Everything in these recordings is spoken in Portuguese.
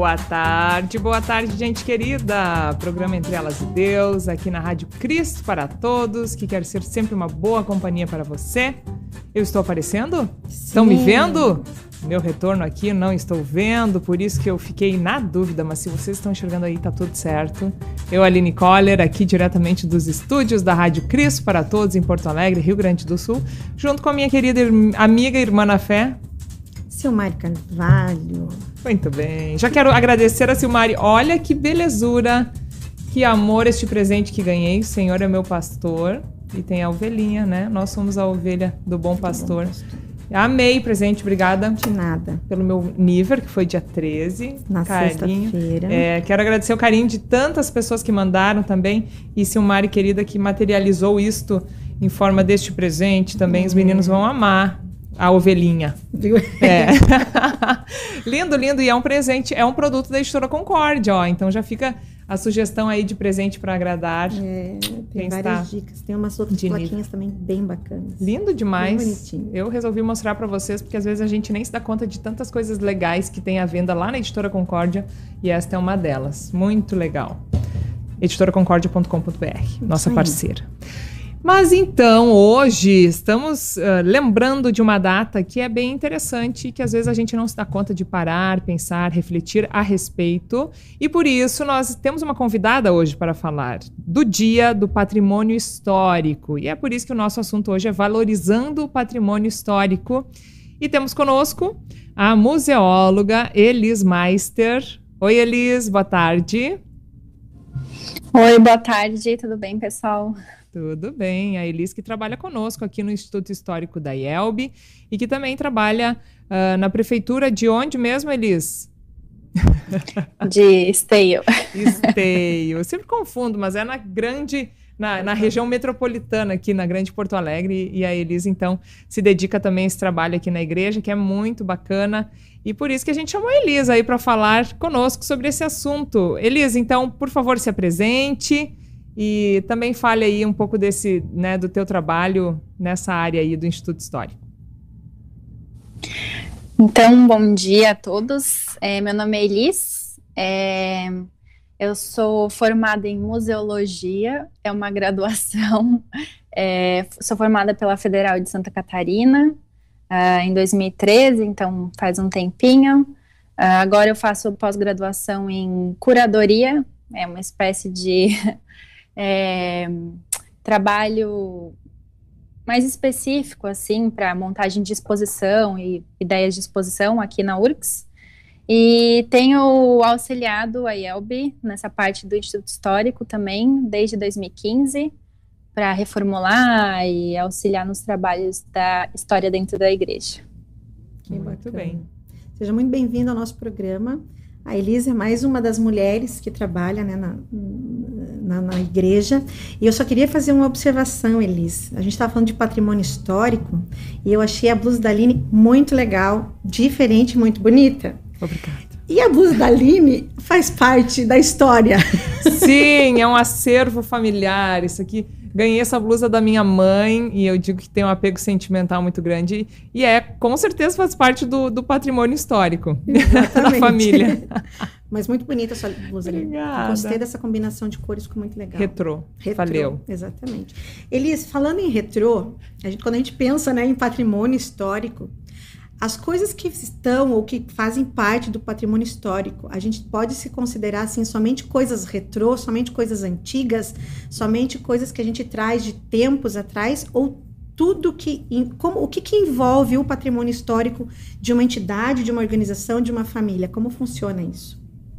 Boa tarde, gente querida. Programa Entre Elas e Deus, aqui na Rádio Cristo para Todos, que quer ser sempre uma boa companhia para você. Eu estou aparecendo? Sim. Estão me vendo? Meu retorno aqui não estou vendo, por isso que eu fiquei na dúvida, mas se vocês estão enxergando aí, tá tudo certo. Eu, Aline Coller, aqui diretamente dos estúdios da Rádio Cristo para Todos, em Porto Alegre, Rio Grande do Sul, junto com a minha querida amiga e irmã na fé, Silmari Carvalho. Muito bem. Já quero agradecer a Silmari. Olha que belezura, que amor este presente que ganhei. O Senhor é meu pastor. E tem a ovelhinha, né? Nós somos a ovelha do bom pastor. Amei o presente, obrigada. De nada. Pelo meu nível, que foi dia 13. Na sexta-feira. Quero agradecer o carinho de tantas pessoas que mandaram também. E Silmari, querida, que materializou isto em forma deste presente. Também os meninos vão amar. A ovelhinha. Viu? Lindo, lindo. E é um presente, é um produto da Editora Concórdia, ó. Então já fica a sugestão aí de presente para agradar. Tem várias dicas. Tem umas outras plaquinhas também bem bacanas. Lindo demais. Bem bonitinho. Eu resolvi mostrar para vocês, porque às vezes a gente nem se dá conta de tantas coisas legais que tem à venda lá na Editora Concórdia. E esta é uma delas. Muito legal. editoraconcordia.com.br, nossa parceira. Mas então, hoje, estamos lembrando de uma data que é bem interessante, que às vezes a gente não se dá conta de parar, pensar, refletir a respeito. E por isso, nós temos uma convidada hoje para falar do Dia do Patrimônio Histórico. E é por isso que o nosso assunto hoje é valorizando o patrimônio histórico. E temos conosco a museóloga Elis Meister. Oi, Elis, boa tarde. Oi, boa tarde, tudo bem, pessoal? Tudo bem. A Elis que trabalha conosco aqui no Instituto Histórico da IELB e que também trabalha na prefeitura de onde mesmo, Elis? De Esteio. Esteio. Eu sempre confundo, mas é na região metropolitana aqui, na Grande Porto Alegre. E a Elis, então, se dedica também a esse trabalho aqui na igreja, que é muito bacana. E por isso que a gente chamou a Elis aí para falar conosco sobre esse assunto. Elis, então, por favor, se apresente. E também fale aí um pouco desse, né, do teu trabalho nessa área aí do Instituto Histórico. Então, bom dia a todos. Meu nome é Elis. Eu sou formada em museologia, é uma graduação. Sou formada pela Federal de Santa Catarina em 2013, então faz um tempinho. Agora eu faço pós-graduação em curadoria, é uma espécie de trabalho mais específico, assim, para montagem de exposição e ideias de exposição aqui na URGS. E tenho auxiliado a IELB nessa parte do Instituto Histórico também, desde 2015, para reformular e auxiliar nos trabalhos da história dentro da igreja. Muito bem. Seja muito bem-vindo ao nosso programa. A Elis é mais uma das mulheres que trabalha, né, na igreja. E eu só queria fazer uma observação, Elis. A gente estava falando de patrimônio histórico e eu achei a blusa da Aline muito legal, diferente, muito bonita. Obrigada. E a blusa da Aline faz parte da história. Sim, é um acervo familiar. Isso aqui, ganhei essa blusa da minha mãe e eu digo que tem um apego sentimental muito grande. E com certeza faz parte do patrimônio histórico da família. Mas muito bonita a sua blusa. Obrigada. Gostei dessa combinação de cores, ficou muito legal. Retrô. Valeu. Exatamente. Elis, falando em retrô, quando a gente pensa, né, em patrimônio histórico, as coisas que estão ou que fazem parte do patrimônio histórico, a gente pode se considerar assim somente coisas retrô, somente coisas antigas, somente coisas que a gente traz de tempos atrás, ou tudo o que envolve o patrimônio histórico de uma entidade, de uma organização, de uma família? Como funciona isso?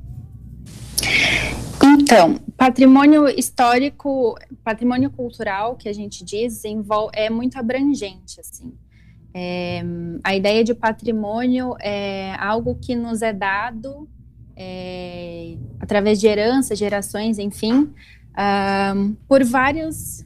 Então, patrimônio histórico, patrimônio cultural, que a gente diz, é muito abrangente, assim. A ideia de patrimônio é algo que nos é dado através de herança, gerações, enfim, por vários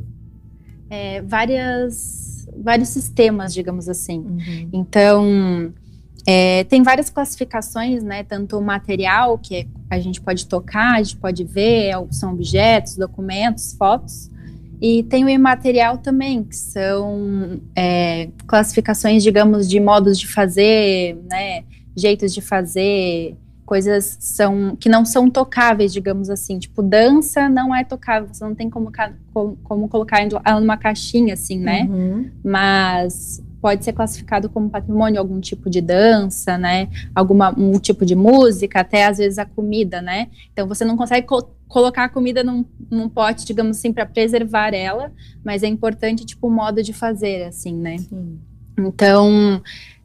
sistemas, digamos assim. Uhum. Então, tem várias classificações, né? Tanto o material, que a gente pode tocar, a gente pode ver, são objetos, documentos, fotos. E tem o imaterial também, que são classificações, digamos, de modos de fazer, né, jeitos de fazer, coisas que não são tocáveis, digamos assim, tipo, dança não é tocável, você não tem como colocar ela numa caixinha, assim, né? Mas pode ser classificado como patrimônio algum tipo de dança, né? Um tipo de música, até às vezes a comida, né? Então você não consegue colocar a comida num pote, digamos assim, para preservar ela, mas é importante, tipo, o modo de fazer, assim, né? Sim. Então,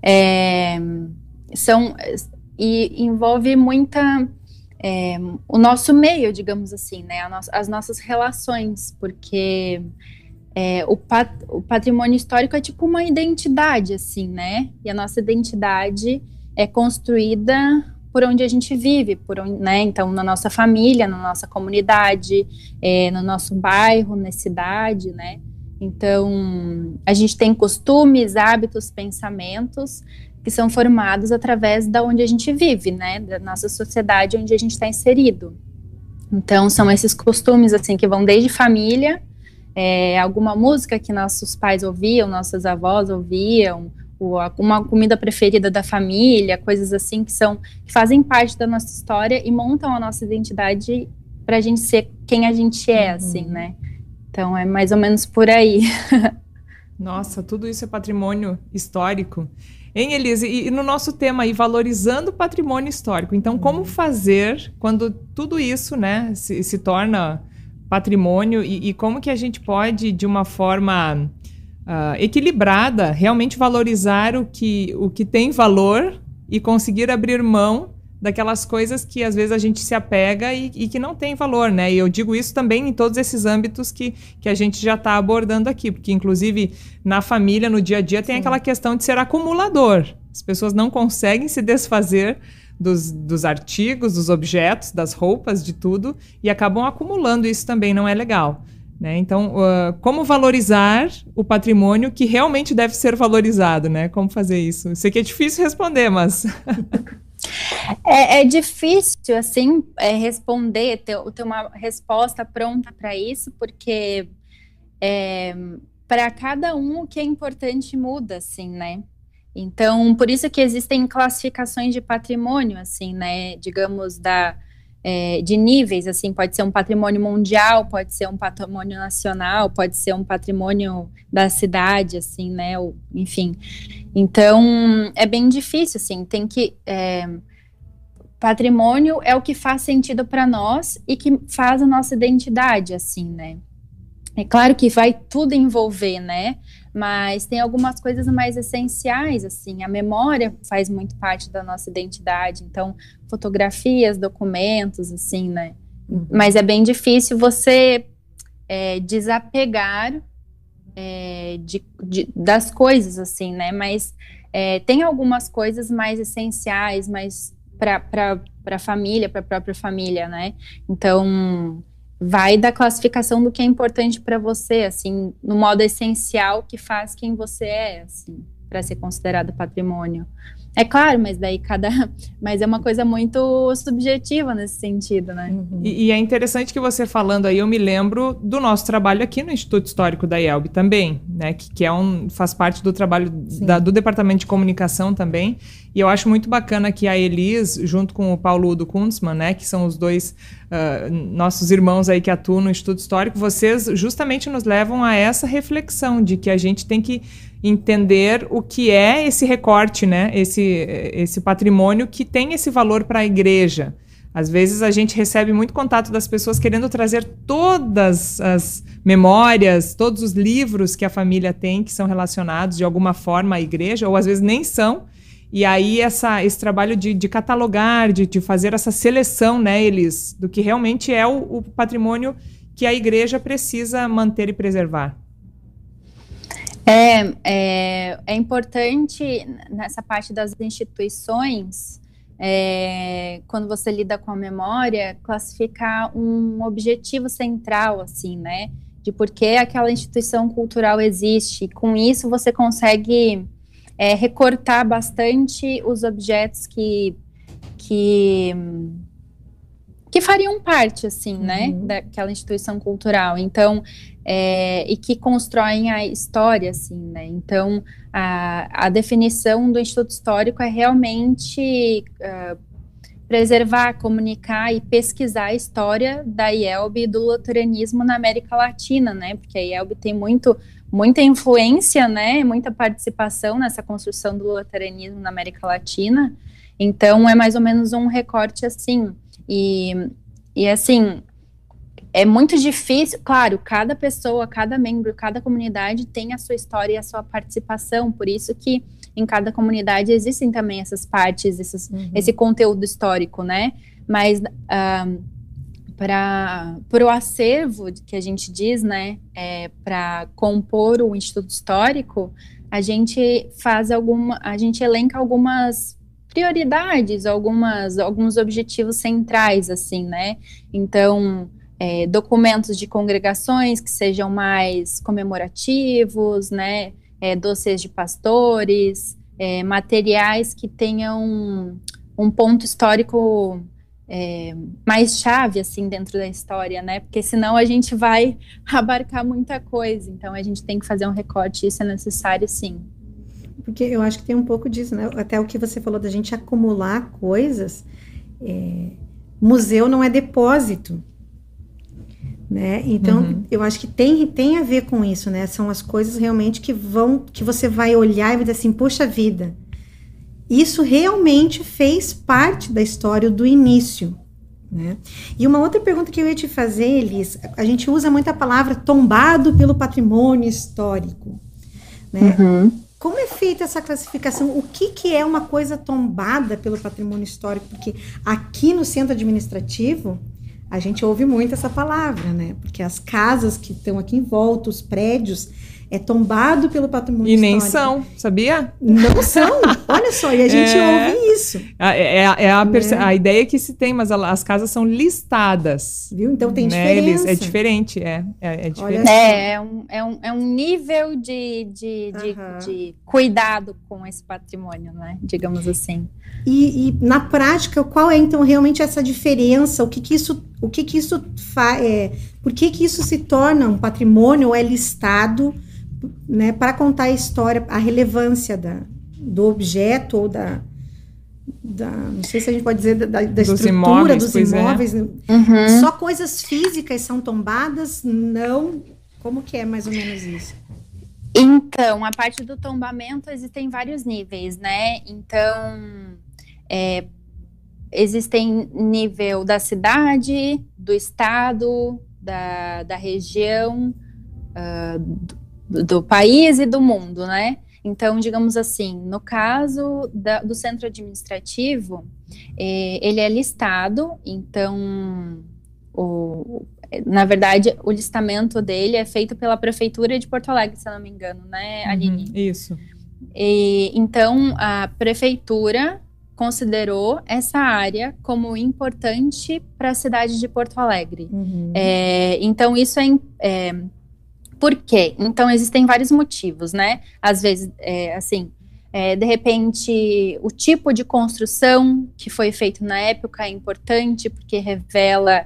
e envolve muita o nosso meio, digamos assim, né? As nossas relações, porque o patrimônio histórico é tipo uma identidade, assim, né? E a nossa identidade é construída por onde a gente vive, né? Então, na nossa família, na nossa comunidade, no nosso bairro, na cidade, né? Então, a gente tem costumes, hábitos, pensamentos que são formados através da onde a gente vive, né? Da nossa sociedade onde a gente está inserido. Então, são esses costumes, assim, que vão desde família, alguma música que nossos pais ouviam, nossas avós ouviam, uma comida preferida da família, coisas assim que fazem parte da nossa história e montam a nossa identidade para a gente ser quem a gente é, assim, né? Então, é mais ou menos por aí. Nossa, tudo isso é patrimônio histórico. Hein, Elise? E no nosso tema aí, valorizando o patrimônio histórico. Então, como fazer quando tudo isso, né, se torna patrimônio e como que a gente pode, de uma forma equilibrada, realmente valorizar o que tem valor e conseguir abrir mão daquelas coisas que às vezes a gente se apega e que não tem valor, né? E eu digo isso também em todos esses âmbitos que a gente já está abordando aqui, porque inclusive na família, no dia a dia, tem aquela questão de ser acumulador. As pessoas não conseguem se desfazer dos artigos, dos objetos, das roupas, de tudo, e acabam acumulando. Isso também não é legal, né? Então, como valorizar o patrimônio que realmente deve ser valorizado, né? Como fazer isso? Isso aqui é difícil responder, mas... É difícil, assim, responder, ter uma resposta pronta para isso, porque para cada um o que é importante muda, assim, né? Então, por isso que existem classificações de patrimônio, assim, né? Digamos, de níveis, assim, pode ser um patrimônio mundial, pode ser um patrimônio nacional, pode ser um patrimônio da cidade, assim, né? Enfim. Então, é bem difícil, assim, tem que... patrimônio é o que faz sentido para nós e que faz a nossa identidade, assim, né? É claro que vai tudo envolver, né? Mas tem algumas coisas mais essenciais, assim, a memória faz muito parte da nossa identidade, então, fotografias, documentos, assim, né? Mas é bem difícil você desapegar das coisas, assim, né? Mas tem algumas coisas mais essenciais, mais para a família, para a própria família, né? Então, vai da classificação do que é importante para você, assim, no modo essencial que faz quem você é, assim, para ser considerado patrimônio. É claro, mas daí mas é uma coisa muito subjetiva nesse sentido, né? E é interessante que você falando aí, eu me lembro do nosso trabalho aqui no Instituto Histórico da IELB também, né? Que faz parte do trabalho do Departamento de Comunicação também. E eu acho muito bacana que a Elis, junto com o Paulo Udo Kuntzmann, né? Que são os dois nossos irmãos aí que atuam no Instituto Histórico, vocês justamente nos levam a essa reflexão de que a gente tem que entender o que é esse recorte, né? Esse patrimônio que tem esse valor para a igreja. Às vezes a gente recebe muito contato das pessoas querendo trazer todas as memórias, todos os livros que a família tem que são relacionados de alguma forma à igreja, ou às vezes nem são. E aí esse trabalho de catalogar, de fazer essa seleção, né, Elis, do que realmente é o patrimônio que a igreja precisa manter e preservar. É importante nessa parte das instituições, quando você lida com a memória, classificar um objetivo central, assim, né, de por que aquela instituição cultural existe. E com isso você consegue recortar bastante os objetos que fariam parte, assim, né, daquela instituição cultural. Então, e que constroem a história, assim, né. Então, a definição do Instituto Histórico é realmente preservar, comunicar e pesquisar a história da IELB e do luteranismo na América Latina, né? Porque a IELB tem muita influência, né? Muita participação nessa construção do luteranismo na América Latina. Então, é mais ou menos um recorte assim. E assim, é muito difícil, claro, cada pessoa, cada membro, cada comunidade tem a sua história e a sua participação, por isso que em cada comunidade existem também essas partes, esse conteúdo histórico, né? Mas para o acervo que a gente diz, né, para compor o Instituto Histórico, a gente elenca algumas prioridades, alguns objetivos centrais, assim, né? Então, documentos de congregações que sejam mais comemorativos, né? Dossiês de pastores, materiais que tenham um ponto histórico mais chave, assim, dentro da história, né? Porque senão a gente vai abarcar muita coisa. Então, a gente tem que fazer um recorte, isso é necessário, sim. Porque eu acho que tem um pouco disso, né? Até o que você falou da gente acumular coisas. Museu não é depósito, né? Então, eu acho que tem a ver com isso, né? São as coisas realmente que você vai olhar e vai dizer assim, poxa vida, isso realmente fez parte da história do início, né? E uma outra pergunta que eu ia te fazer, Elis, a gente usa muito a palavra tombado pelo patrimônio histórico, né? Como é feita essa classificação? O que é uma coisa tombada pelo patrimônio histórico? Porque aqui no centro administrativo, a gente ouve muito essa palavra, né? Porque as casas que estão aqui em volta, os prédios, é tombado pelo patrimônio histórico. E nem são, sabia? Não são, olha só, e a gente ouve isso. A ideia que se tem, mas as casas são listadas. Viu? Então tem né? diferença. É diferente, é diferente. É um nível de cuidado com esse patrimônio, né? Digamos assim. E na prática, qual é então realmente essa diferença? O que isso faz? Por que isso se torna um patrimônio ou é listado, né, para contar a história, a relevância do objeto ou não sei se a gente pode dizer da estrutura dos imóveis. Só coisas físicas são tombadas? Não. Como que é mais ou menos isso? Então, a parte do tombamento existem vários níveis, né? Então, existem nível da cidade, do estado, da região, do país e do mundo, né? Então, digamos assim, no caso do centro administrativo, ele é listado, então, na verdade, o listamento dele é feito pela Prefeitura de Porto Alegre, se eu não me engano, né, Aline? Isso. Então, a Prefeitura considerou essa área como importante para a cidade de Porto Alegre. Então, isso por quê? Então, existem vários motivos, né? Às vezes, de repente, o tipo de construção que foi feito na época é importante, porque revela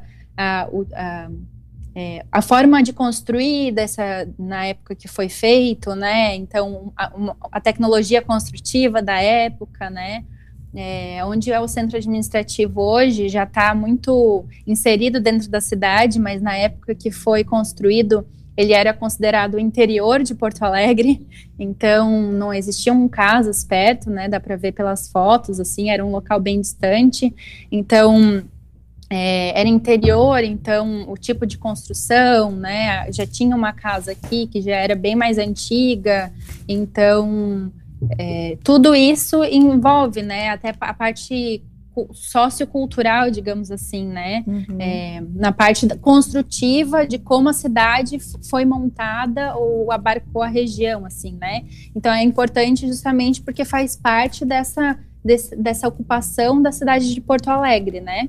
a forma de construir na época que foi feito, né? Então, a tecnologia construtiva da época, né? Onde é o centro administrativo hoje já está muito inserido dentro da cidade, mas na época que foi construído, ele era considerado o interior de Porto Alegre, então não existiam casas perto, né? Dá para ver pelas fotos, assim, era um local bem distante, então era interior, então o tipo de construção, né? Já tinha uma casa aqui que já era bem mais antiga, então tudo isso envolve, né? Até a parte sociocultural, digamos assim, né? Na parte construtiva de como a cidade foi montada ou abarcou a região, assim, né? Então é importante justamente porque faz parte dessa ocupação da cidade de Porto Alegre, né?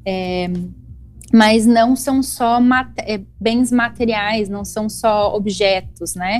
Mas não são só bens materiais, não são só objetos, né?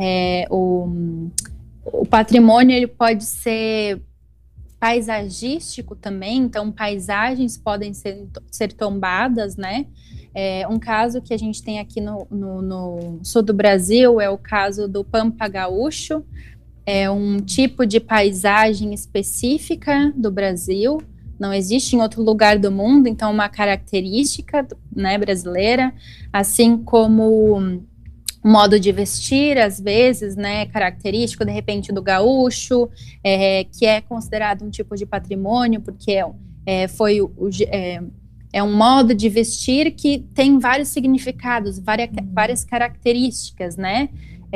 O patrimônio, ele pode ser paisagístico também, então paisagens podem ser tombadas, né? Um caso que a gente tem aqui no sul do Brasil é o caso do Pampa Gaúcho, é um tipo de paisagem específica do Brasil, não existe em outro lugar do mundo, então uma característica, né, brasileira, assim como modo de vestir, às vezes, né, característico, de repente, do gaúcho, que é considerado um tipo de patrimônio, porque é um modo de vestir que tem vários significados, várias características, né?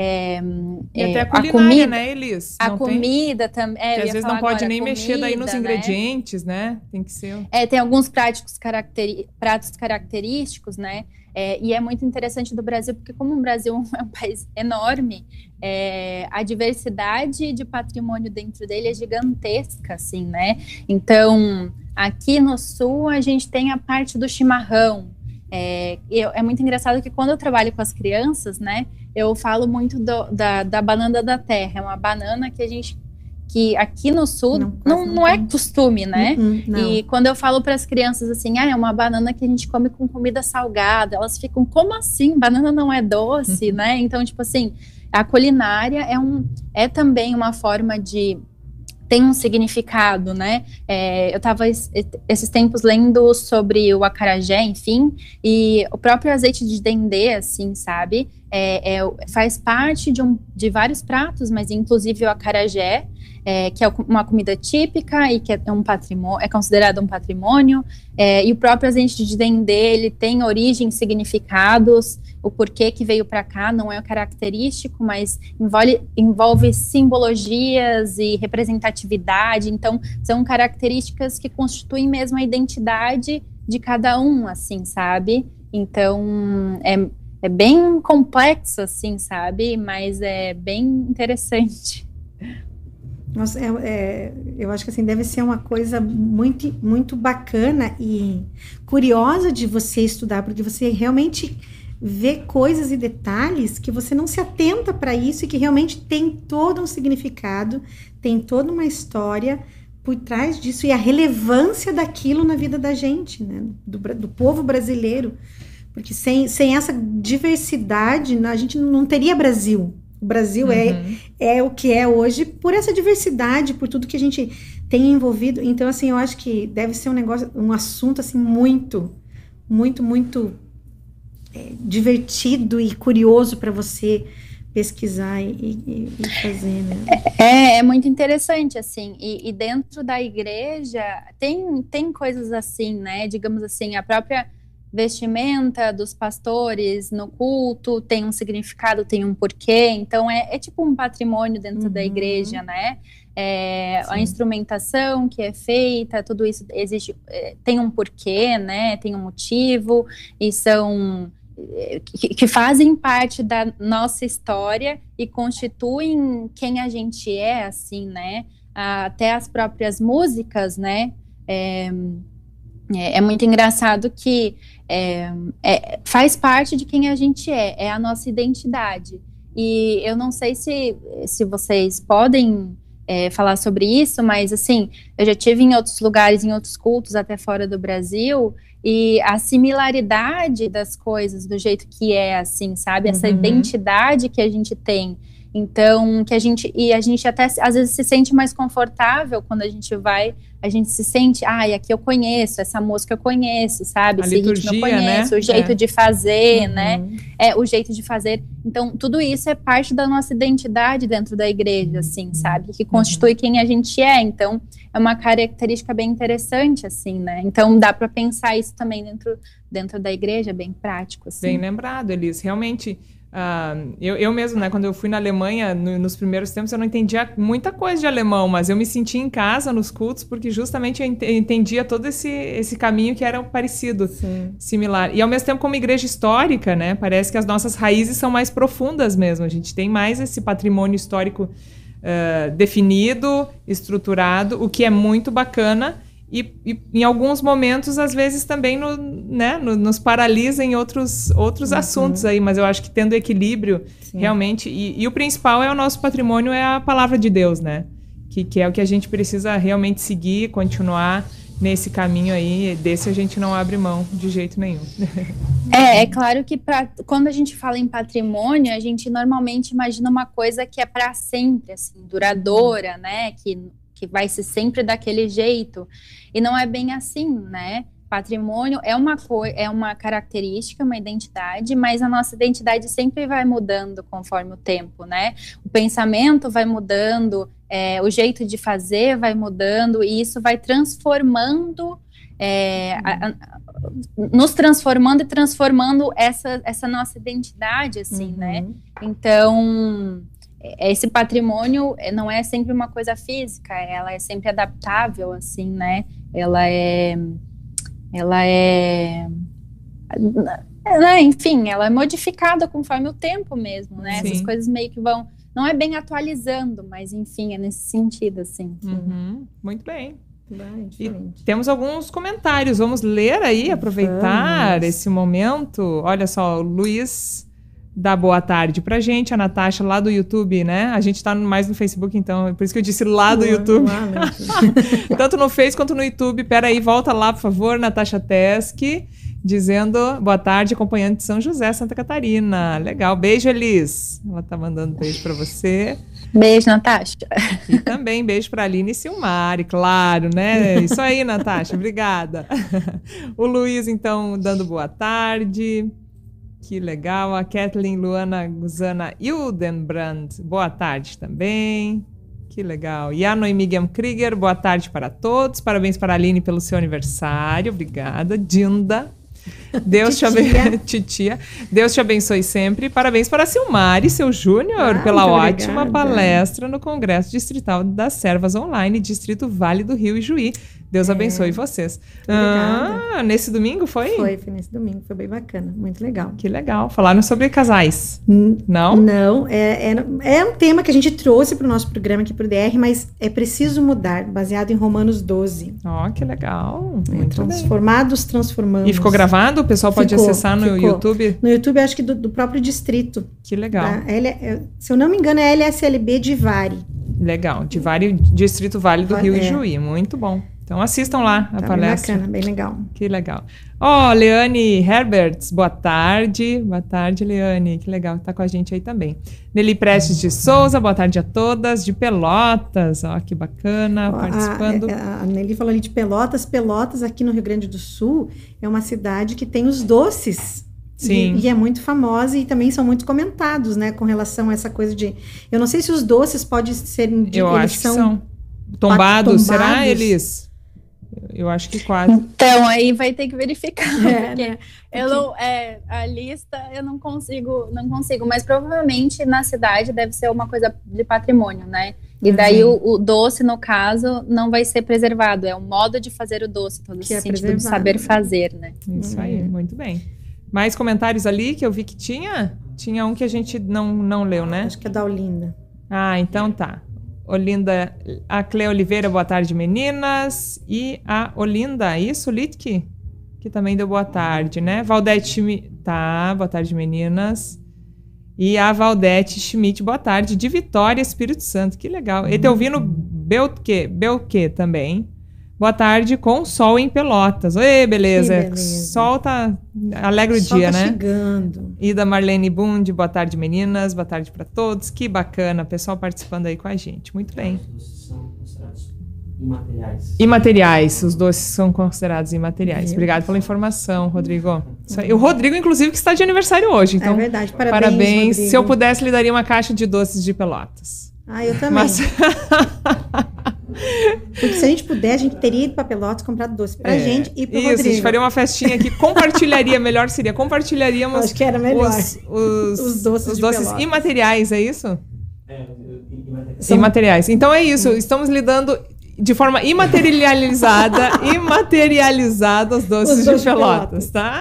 E até a culinária, né, Elis? A comida também. Que às vezes não pode nem mexer daí nos ingredientes, né? Tem que ser. Tem alguns pratos característicos, né? E é muito interessante do Brasil, porque como o Brasil é um país enorme, a diversidade de patrimônio dentro dele é gigantesca, assim, né? Então, aqui no Sul, a gente tem a parte do chimarrão. É muito engraçado que quando eu trabalho com as crianças, né, eu falo muito da banana da terra. É uma banana que aqui no Sul não é costume, né? E quando eu falo para as crianças assim, é uma banana que a gente come com comida salgada, elas ficam, como assim? Banana não é doce, né? Então, tipo assim, a culinária é também uma forma de... tem um significado, né? Eu estava esses tempos lendo sobre o acarajé, enfim, e o próprio azeite de dendê, assim, sabe? Faz parte de vários pratos, mas inclusive o acarajé, que é uma comida típica e que é considerado um patrimônio, e o próprio azeite de dendê, ele tem origem, significados, o porquê que veio para cá não é característico, mas envolve simbologias e representatividade, então são características que constituem mesmo a identidade de cada um, assim, sabe? Então, é bem complexo, assim, sabe? Mas é bem interessante. Nossa, eu acho que assim, deve ser uma coisa muito, muito bacana e curiosa de você estudar, porque você realmente vê coisas e detalhes que você não se atenta para isso e que realmente tem todo um significado, tem toda uma história por trás disso e a relevância daquilo na vida da gente, né? Do povo brasileiro, porque sem essa diversidade a gente não teria Brasil. O Brasil é o que é hoje por essa diversidade, por tudo que a gente tem envolvido. Então, assim, eu acho que deve ser um assunto, assim, muito, muito, muito divertido e curioso para você pesquisar e fazer, né? É muito interessante, assim, e dentro da igreja tem coisas assim, né? Digamos assim, a própria vestimenta dos pastores no culto tem um significado, tem um porquê, então é tipo um patrimônio dentro da igreja, né? A instrumentação que é feita, tudo isso existe, tem um porquê, né? Tem um motivo, e são que fazem parte da nossa história e constituem quem a gente é, assim, né? Até as próprias músicas, né? É muito engraçado que faz parte de quem a gente é a nossa identidade. E eu não sei se vocês podem falar sobre isso, mas assim, eu já estive em outros lugares, em outros cultos, até fora do Brasil, e a similaridade das coisas, do jeito que é, assim, sabe? Essa identidade que a gente tem. Então, a gente até às vezes se sente mais confortável quando a gente se sente, aqui eu conheço, essa música eu conheço, sabe? Esse ritmo eu conheço, né? O jeito de fazer, né? O jeito de fazer. Então, tudo isso é parte da nossa identidade dentro da igreja, assim, sabe? Que constitui quem a gente é. Então, é uma característica bem interessante, assim, né? Então, dá para pensar isso também dentro da igreja, bem prático, assim. Bem lembrado, Elis. Realmente... eu mesmo, né, quando eu fui na Alemanha, nos primeiros tempos, eu não entendia muita coisa de alemão, mas eu me sentia em casa nos cultos, porque justamente eu entendia todo esse caminho que era parecido, similar. E ao mesmo tempo, como igreja histórica, né, parece que as nossas raízes são mais profundas mesmo, a gente tem mais esse patrimônio histórico definido, estruturado, o que é muito bacana. E em alguns momentos, às vezes, também nos paralisa em outros assuntos aí, mas eu acho que tendo equilíbrio, realmente, e o principal é o nosso patrimônio, é a palavra de Deus, né? Que é o que a gente precisa realmente seguir, continuar nesse caminho aí, desse a gente não abre mão de jeito nenhum. É claro que quando a gente fala em patrimônio, a gente normalmente imagina uma coisa que é para sempre, assim, duradoura, né? Que que vai ser sempre daquele jeito. E não é bem assim, né? Patrimônio é uma característica, uma identidade, mas a nossa identidade sempre vai mudando conforme o tempo, né? O pensamento vai mudando, o jeito de fazer vai mudando, e isso vai transformando, nos transformando e transformando essa nossa identidade, assim, né? Então, esse patrimônio não é sempre uma coisa física, ela é sempre adaptável, assim, né? Enfim, ela é modificada conforme o tempo mesmo, né? Sim. Essas coisas meio que vão, não é bem atualizando, mas enfim, é nesse sentido, assim. Muito bem. E temos alguns comentários, vamos ler aí, aproveitar esse momento. Olha só, o Luiz dá boa tarde pra gente, a Natasha lá do YouTube, né? A gente tá mais no Facebook, então, por isso que eu disse lá do YouTube. Tanto no Face quanto no YouTube. Peraí, volta lá, por favor, Natasha Teske, dizendo boa tarde, acompanhante de São José, Santa Catarina. Legal, beijo, Elis. Ela tá mandando beijo pra você. Beijo, Natasha. E também beijo pra Aline e Silmari, claro, né? Isso aí, Natasha, obrigada. O Luiz, então, dando boa tarde. Que legal. A Kathleen Luana Guzana Hildenbrand, boa tarde também. Que legal. E a Noemigiam Krieger, boa tarde para todos. Parabéns para a Aline pelo seu aniversário. Obrigada. Dinda. Deus te abençoe. Titia. Deus te abençoe sempre. Parabéns para a Silmari, seu Júnior, pela ótima palestra no Congresso Distrital das Servas Online, Distrito Vale do Rio e Juí. Deus abençoe vocês. Nesse domingo foi? Foi nesse domingo, foi bem bacana, muito legal. Que legal. Falaram sobre casais. Não? Não, é um tema que a gente trouxe para o nosso programa aqui pro DR, mas é preciso mudar, baseado em Romanos 12. Ó, que legal. Muito Transformados, transformamos. E ficou gravado? O pessoal pode acessar no YouTube? No YouTube, acho que do próprio distrito. Que legal. Se eu não me engano, é LSLB de Vari. Legal, de Vari, Distrito Vale do Rio e Juí. Muito bom. Então assistam lá a palestra. Bem bacana, bem legal. Que legal. Leane Herberts, boa tarde. Boa tarde, Leane. Que legal que tá com a gente aí também. Nelly Prestes de Souza, boa tarde a todas. De Pelotas, que bacana, participando. A Nelly falou ali de Pelotas. Pelotas, aqui no Rio Grande do Sul, é uma cidade que tem os doces. Sim. E é muito famosa e também são muito comentados, né, com relação a essa coisa de... Eu não sei se os doces podem ser... Eu acho que são tombados. Será, Elis? Eu acho que quase. Então, aí vai ter que verificar. Porque a lista eu não consigo, mas provavelmente na cidade deve ser uma coisa de patrimônio, né? E daí o doce, no caso, não vai ser preservado. É o modo de fazer o doce, todo esse sentido de saber fazer, né? Isso aí, muito bem. Mais comentários ali que eu vi que tinha? Tinha um que a gente não leu, né? Acho que é da Olinda. Então tá. Olinda, a Clea Oliveira, boa tarde, meninas. E a Olinda, isso, Litke? Que também deu boa tarde, né? Valdete, boa tarde, meninas. E a Valdete Schmidt, boa tarde, de Vitória, Espírito Santo, que legal. E tá ouvindo Belque também. Boa tarde, com sol em Pelotas. Oi, beleza. Sol tá... Alegra o dia, né? Chegando. E da Marlene Bund, boa tarde, meninas. Boa tarde para todos. Que bacana, pessoal participando aí com a gente. Muito bem. Os doces são considerados imateriais. Imateriais. Os doces são considerados imateriais. Obrigado pela informação, Rodrigo. O Rodrigo, inclusive, que está de aniversário hoje. Então, é verdade. Parabéns, Se eu pudesse, lhe daria uma caixa de doces de Pelotas. Eu também. Porque se a gente puder, a gente teria ido para Pelotas, comprado doce pra gente e pro Rodrigo. Isso, a gente faria uma festinha aqui, compartilharíamos acho que era melhor. Os doces imateriais, é isso? Imateriais. Então é isso, estamos lidando de forma imaterializada os doces de Pelotas, tá?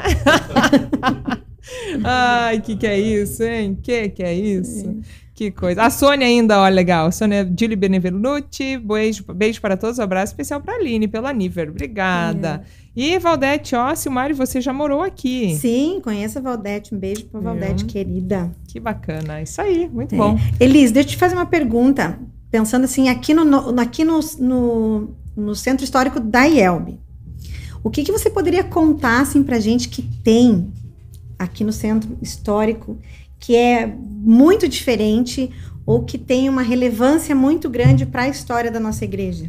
Ai, que é isso, hein? Que é isso? Que coisa. A Sônia ainda, ó, legal. Sônia Gili Benevenuti, beijo para todos, um abraço especial para a Aline, pelo Aniver. Obrigada. E Valdete, Silmari, você já morou aqui. Sim, conheço a Valdete. Um beijo para Valdete, querida. Que bacana. Isso aí, muito bom. Elis, deixa eu te fazer uma pergunta. Pensando assim, aqui no Centro Histórico da IELB, o que você poderia contar assim, pra gente que tem aqui no Centro Histórico que é muito diferente ou que tem uma relevância muito grande para a história da nossa igreja?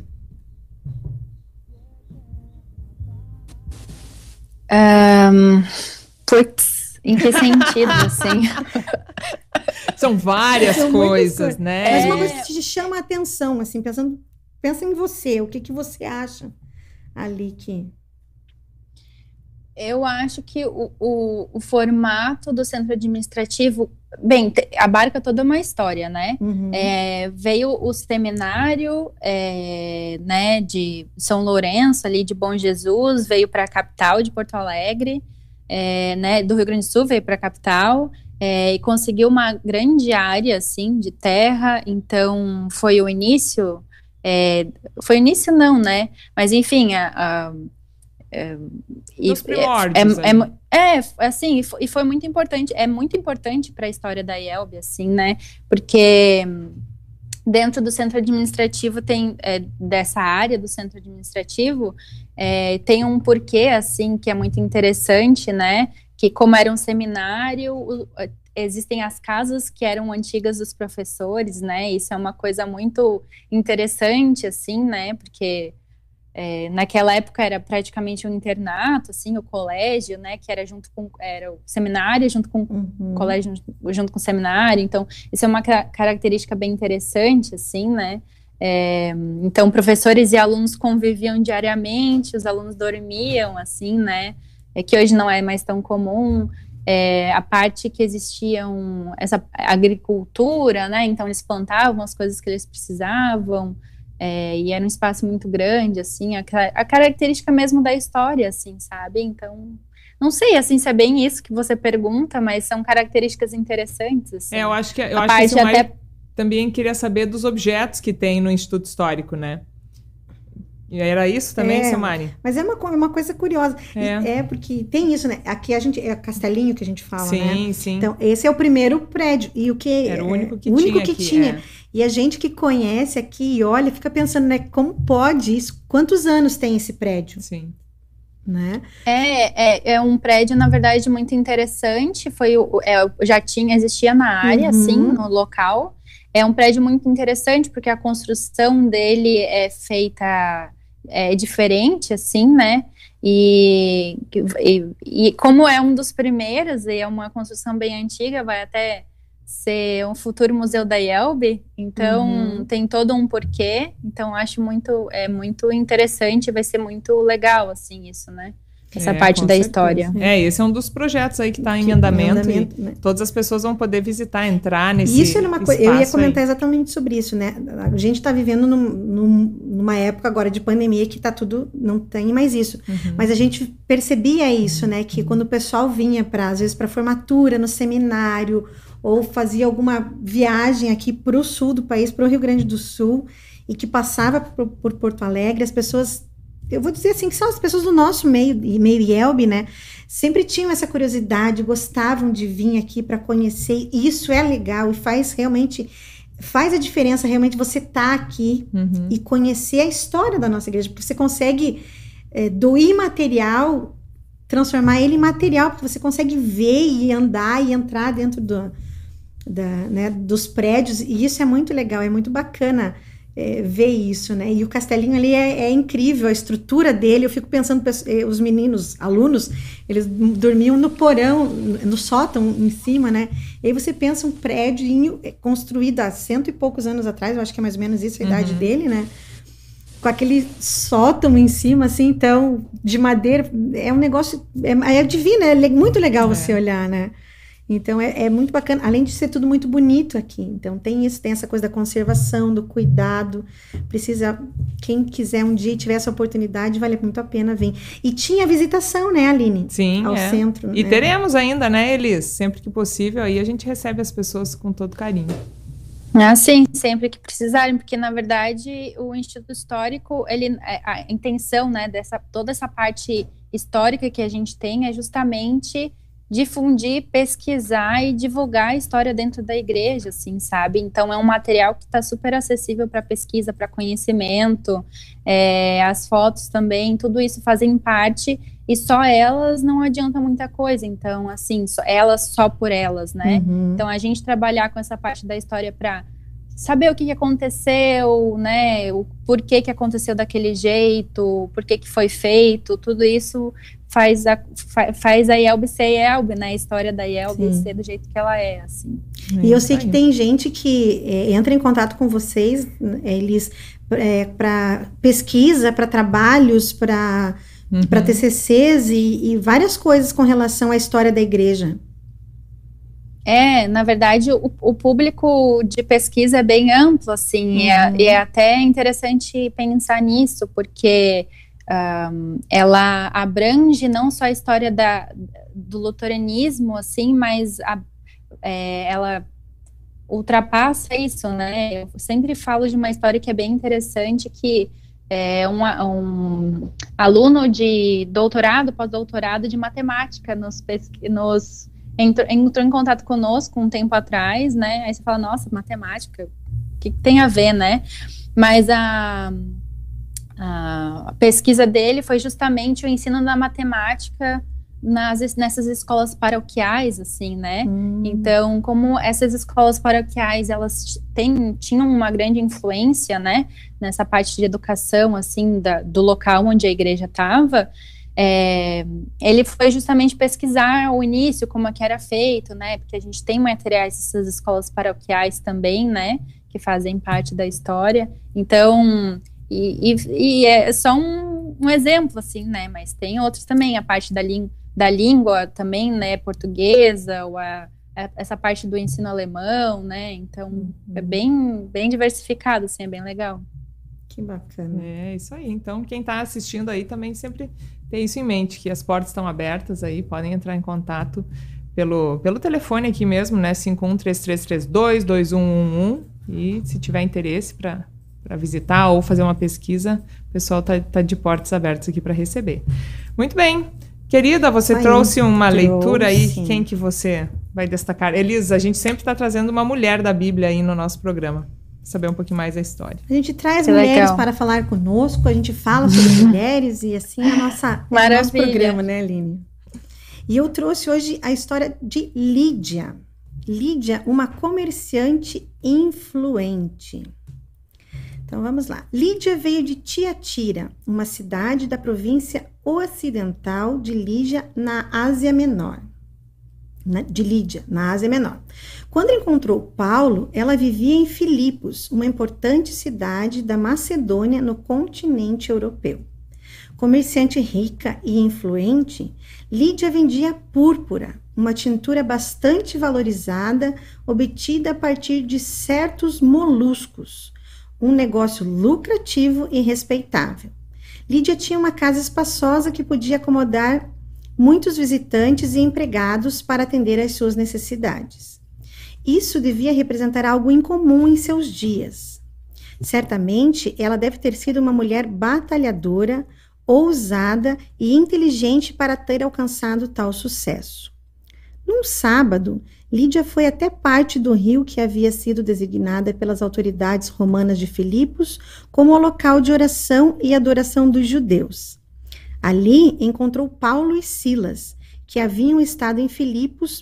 Putz, em que sentido, assim? São várias São muitas coisas, né? Mas uma coisa que te chama a atenção, assim, pensa em você, o que você acha ali que... Eu acho que o formato do centro administrativo, bem, abarca toda uma história, né? Uhum. Veio o seminário, né, de São Lourenço, ali de Bom Jesus, veio para a capital de Porto Alegre, né, do Rio Grande do Sul, veio para a capital, e conseguiu uma grande área, assim, de terra. Então, foi o início, foi o início não, né? Mas, enfim, Dos primórdios. Assim, e foi muito importante, é muito importante para a história da IELB, assim, né, porque dentro do centro administrativo tem, dessa área do centro administrativo, tem um porquê, assim, que é muito interessante, né, que como era um seminário, existem as casas que eram antigas dos professores, né, isso é uma coisa muito interessante, assim, né, porque... naquela época era praticamente um internato, assim, o colégio, né, que era era o seminário junto com o colégio, junto com o seminário. Então, isso é uma característica bem interessante, assim, né. Então, professores e alunos conviviam diariamente, os alunos dormiam, assim, né, que hoje não é mais tão comum. A parte que existiam, essa agricultura, né, então eles plantavam as coisas que eles precisavam, e era um espaço muito grande, assim, a característica mesmo da história, assim, sabe? Então, não sei, assim, se é bem isso que você pergunta, mas são características interessantes, assim. Eu acho que o Silmari também queria saber dos objetos que tem no Instituto Histórico, né? E era isso também, Silmari? Mas é uma coisa curiosa. Porque tem isso, né? Aqui a gente, é Castelinho que a gente fala, né? Sim, sim. Então, esse é o primeiro prédio. E o que... Era o único que tinha. E a gente que conhece aqui e olha, fica pensando, né? Como pode isso? Quantos anos tem esse prédio? Sim. Né? É um prédio, na verdade, muito interessante. Existia na área, assim, no local. É um prédio muito interessante, porque a construção dele é feita... diferente, assim, né, e como é um dos primeiros, e é uma construção bem antiga, vai até ser um futuro museu da IELB, então tem todo um porquê, então acho muito interessante, vai ser muito legal, assim, isso, né, essa parte da história. Esse é um dos projetos aí que está em andamento, né? Todas as pessoas vão poder visitar, entrar nesse isso era uma coisa, eu ia comentar exatamente sobre isso, né? A gente está vivendo numa época agora de pandemia que tá tudo, não tem mais isso. Mas a gente percebia isso, né? Que quando o pessoal vinha às vezes para formatura, no seminário, ou fazia alguma viagem aqui para o sul do país, para o Rio Grande do Sul, e que passava por Porto Alegre, as pessoas... Eu vou dizer assim, que são as pessoas do nosso meio IELB, né? Sempre tinham essa curiosidade, gostavam de vir aqui para conhecer. E isso é legal e faz a diferença realmente você estar aqui e conhecer a história da nossa igreja. Porque você consegue, do imaterial, transformar ele em material, porque você consegue ver e andar e entrar dentro né, dos prédios. E isso é muito legal, é muito bacana. Ver isso, né? E o Castelinho ali é incrível, a estrutura dele. Eu fico pensando, os meninos, alunos, eles dormiam no porão, no sótão, em cima, né? E aí você pensa um prédio construído há 100 e poucos anos atrás, eu acho que é mais ou menos isso a idade dele, né? Com aquele sótão em cima, assim, então, de madeira, é um negócio, é divino, é muito legal você olhar, né? Então, é muito bacana, além de ser tudo muito bonito aqui. Então, tem essa coisa da conservação, do cuidado. Quem quiser um dia tiver essa oportunidade, vale muito a pena vir. E tinha visitação, né, Aline? Sim, ao centro. E né? teremos ainda, né, Elis? Sempre que possível, aí a gente recebe as pessoas com todo carinho. Sim, sempre que precisarem, porque, na verdade, o Instituto Histórico, a intenção, né, toda essa parte histórica que a gente tem é justamente... difundir, pesquisar e divulgar a história dentro da igreja, assim, sabe? Então, é um material que está super acessível para pesquisa, para conhecimento, as fotos também, tudo isso fazem parte e só elas não adianta muita coisa. Então, assim, elas só por elas, né? Então, a gente trabalhar com essa parte da história para saber o que aconteceu, né? O porquê que aconteceu daquele jeito, por que foi feito, tudo isso faz a Yelbe ser Yelbe, né? A história da Yelbe ser do jeito que ela é, assim. E eu sei que tem gente que entra em contato com vocês, eles para pesquisa, para trabalhos, para TCCs e várias coisas com relação à história da igreja. Na verdade, o público de pesquisa é bem amplo, assim, e é até interessante pensar nisso, porque ela abrange não só a história do luteranismo, assim, mas ela ultrapassa isso, né? Eu sempre falo de uma história que é bem interessante, que um aluno de doutorado, pós-doutorado de matemática entrou em contato conosco um tempo atrás, né? Aí você fala, nossa, matemática, o que tem a ver, né? Mas a pesquisa dele foi justamente o ensino da matemática nessas escolas paroquiais, assim, né? Então, como essas escolas paroquiais, elas tinham uma grande influência, né? Nessa parte de educação, assim, do local onde a igreja estava, ele foi justamente pesquisar o início, como é que era feito, né? Porque a gente tem materiais dessas escolas paroquiais também, né? Que fazem parte da história. Então, é só um exemplo, assim, né? Mas tem outros também, a parte da língua também, né? Portuguesa, ou essa parte do ensino alemão, né? Então, é bem, bem diversificado, assim, é bem legal. Que bacana. É isso aí. Então, quem está assistindo aí também sempre tem isso em mente, que as portas estão abertas aí, podem entrar em contato pelo telefone aqui mesmo, né? 5133322111, e se tiver interesse para visitar ou fazer uma pesquisa, o pessoal tá de portas abertas aqui para receber. Muito bem. Querida, você trouxe uma leitura aí, quem que você vai destacar? Elisa, a gente sempre está trazendo uma mulher da Bíblia aí no nosso programa. Saber um pouquinho mais da história. A gente traz mulheres para falar conosco, a gente fala sobre mulheres e assim é o nosso programa, né, Aline? E eu trouxe hoje a história de Lídia. Lídia, uma comerciante influente. Então vamos lá. Lídia veio de Tiatira, uma cidade da província ocidental de Lídia, na Ásia Menor. Na Ásia Menor. Quando encontrou Paulo, ela vivia em Filipos, uma importante cidade da Macedônia no continente europeu. Comerciante rica e influente, Lídia vendia púrpura, uma tintura bastante valorizada, obtida a partir de certos moluscos, um negócio lucrativo e respeitável. Lídia tinha uma casa espaçosa que podia acomodar muitos visitantes e empregados para atender às suas necessidades. Isso devia representar algo incomum em seus dias. Certamente, ela deve ter sido uma mulher batalhadora, ousada e inteligente para ter alcançado tal sucesso. Num sábado, Lídia foi até parte do rio que havia sido designada pelas autoridades romanas de Filipos como o local de oração e adoração dos judeus. Ali encontrou Paulo e Silas, que haviam estado em Filipos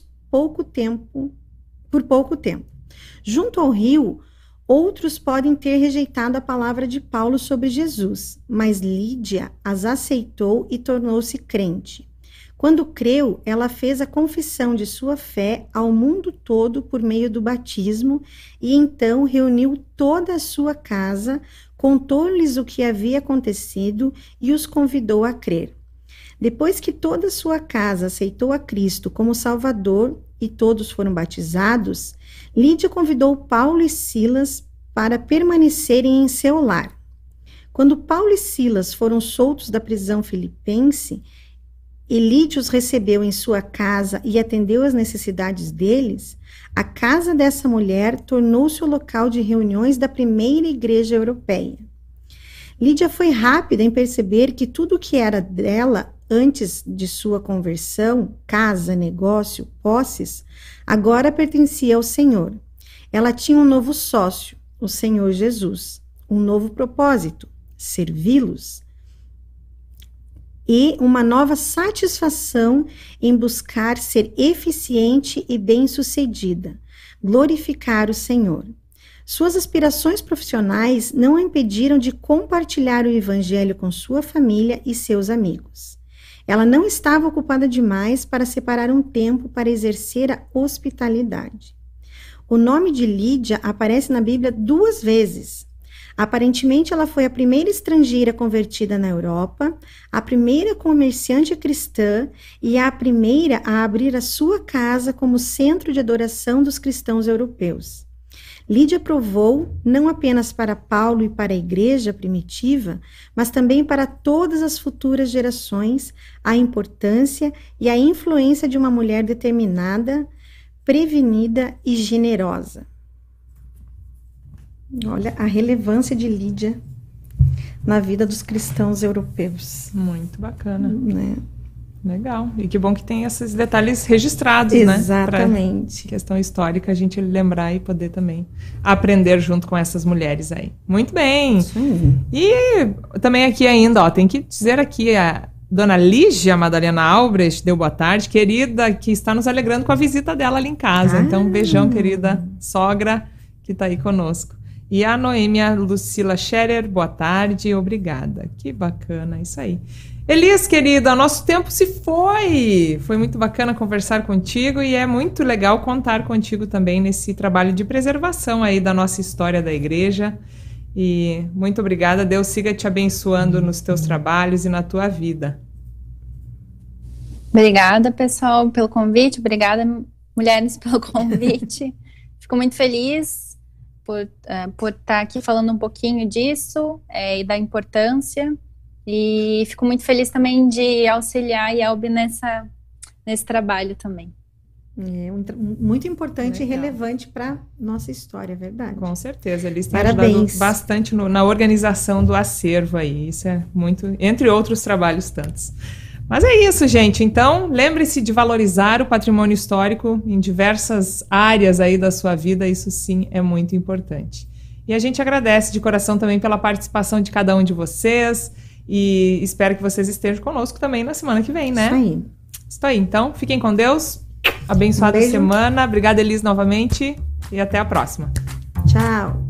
por pouco tempo. Junto ao rio, outros podem ter rejeitado a palavra de Paulo sobre Jesus, mas Lídia as aceitou e tornou-se crente. Quando creu, ela fez a confissão de sua fé ao mundo todo por meio do batismo e então reuniu toda a sua casa, contou-lhes o que havia acontecido e os convidou a crer. Depois que toda a sua casa aceitou a Cristo como Salvador e todos foram batizados, Lídia convidou Paulo e Silas para permanecerem em seu lar. Quando Paulo e Silas foram soltos da prisão filipense, e Lídia os recebeu em sua casa e atendeu às necessidades deles, a casa dessa mulher tornou-se o local de reuniões da primeira igreja europeia. Lídia foi rápida em perceber que tudo o que era dela antes de sua conversão, casa, negócio, posses, agora pertencia ao Senhor. Ela tinha um novo sócio, o Senhor Jesus, um novo propósito, servi-los. e uma nova satisfação em buscar ser eficiente e bem-sucedida, glorificar o Senhor. Suas aspirações profissionais não a impediram de compartilhar o Evangelho com sua família e seus amigos. Ela não estava ocupada demais para separar um tempo para exercer a hospitalidade. O nome de Lídia aparece na Bíblia 2 vezes. Aparentemente, ela foi a primeira estrangeira convertida na Europa, a primeira comerciante cristã e a primeira a abrir a sua casa como centro de adoração dos cristãos europeus. Lídia provou, não apenas para Paulo e para a igreja primitiva, mas também para todas as futuras gerações, a importância e a influência de uma mulher determinada, prevenida e generosa. Olha a relevância de Lídia na vida dos cristãos europeus. Muito bacana. Né? Legal. E que bom que tem esses detalhes registrados, Exatamente. Pra questão histórica, a gente lembrar e poder também aprender junto com essas mulheres aí. Muito bem. Sim. E também aqui ainda, ó, tem que dizer aqui a Dona Lígia Madalena Albrecht deu boa tarde, querida, que está nos alegrando com a visita dela ali em casa. Então, um beijão, querida sogra, que está aí conosco. E a Noêmia Lucila Scherer, boa tarde, obrigada. Que bacana, isso aí. Elis, querida, nosso tempo se foi. Foi muito bacana conversar contigo e é muito legal contar contigo também nesse trabalho de preservação aí da nossa história da igreja. E muito obrigada, Deus siga te abençoando nos teus trabalhos e na tua vida. Obrigada, pessoal, pelo convite. Obrigada, mulheres, pelo convite. Fico muito feliz por estar aqui falando um pouquinho disso e da importância. E fico muito feliz também de auxiliar a Yelbi nesse trabalho também. É muito importante Legal. e relevante para nossa história, é verdade. Com certeza, eles têm Parabéns. ajudado bastante na organização do acervo aí. Isso é muito, entre outros trabalhos tantos. Mas é isso, gente. Então, lembre-se de valorizar o patrimônio histórico em diversas áreas aí da sua vida. Isso sim é muito importante. E a gente agradece de coração também pela participação de cada um de vocês e espero que vocês estejam conosco também na semana que vem, né? Isso aí. Isso aí. Então, fiquem com Deus. Abençoada semana. Obrigada, Elis, novamente. E até a próxima. Tchau.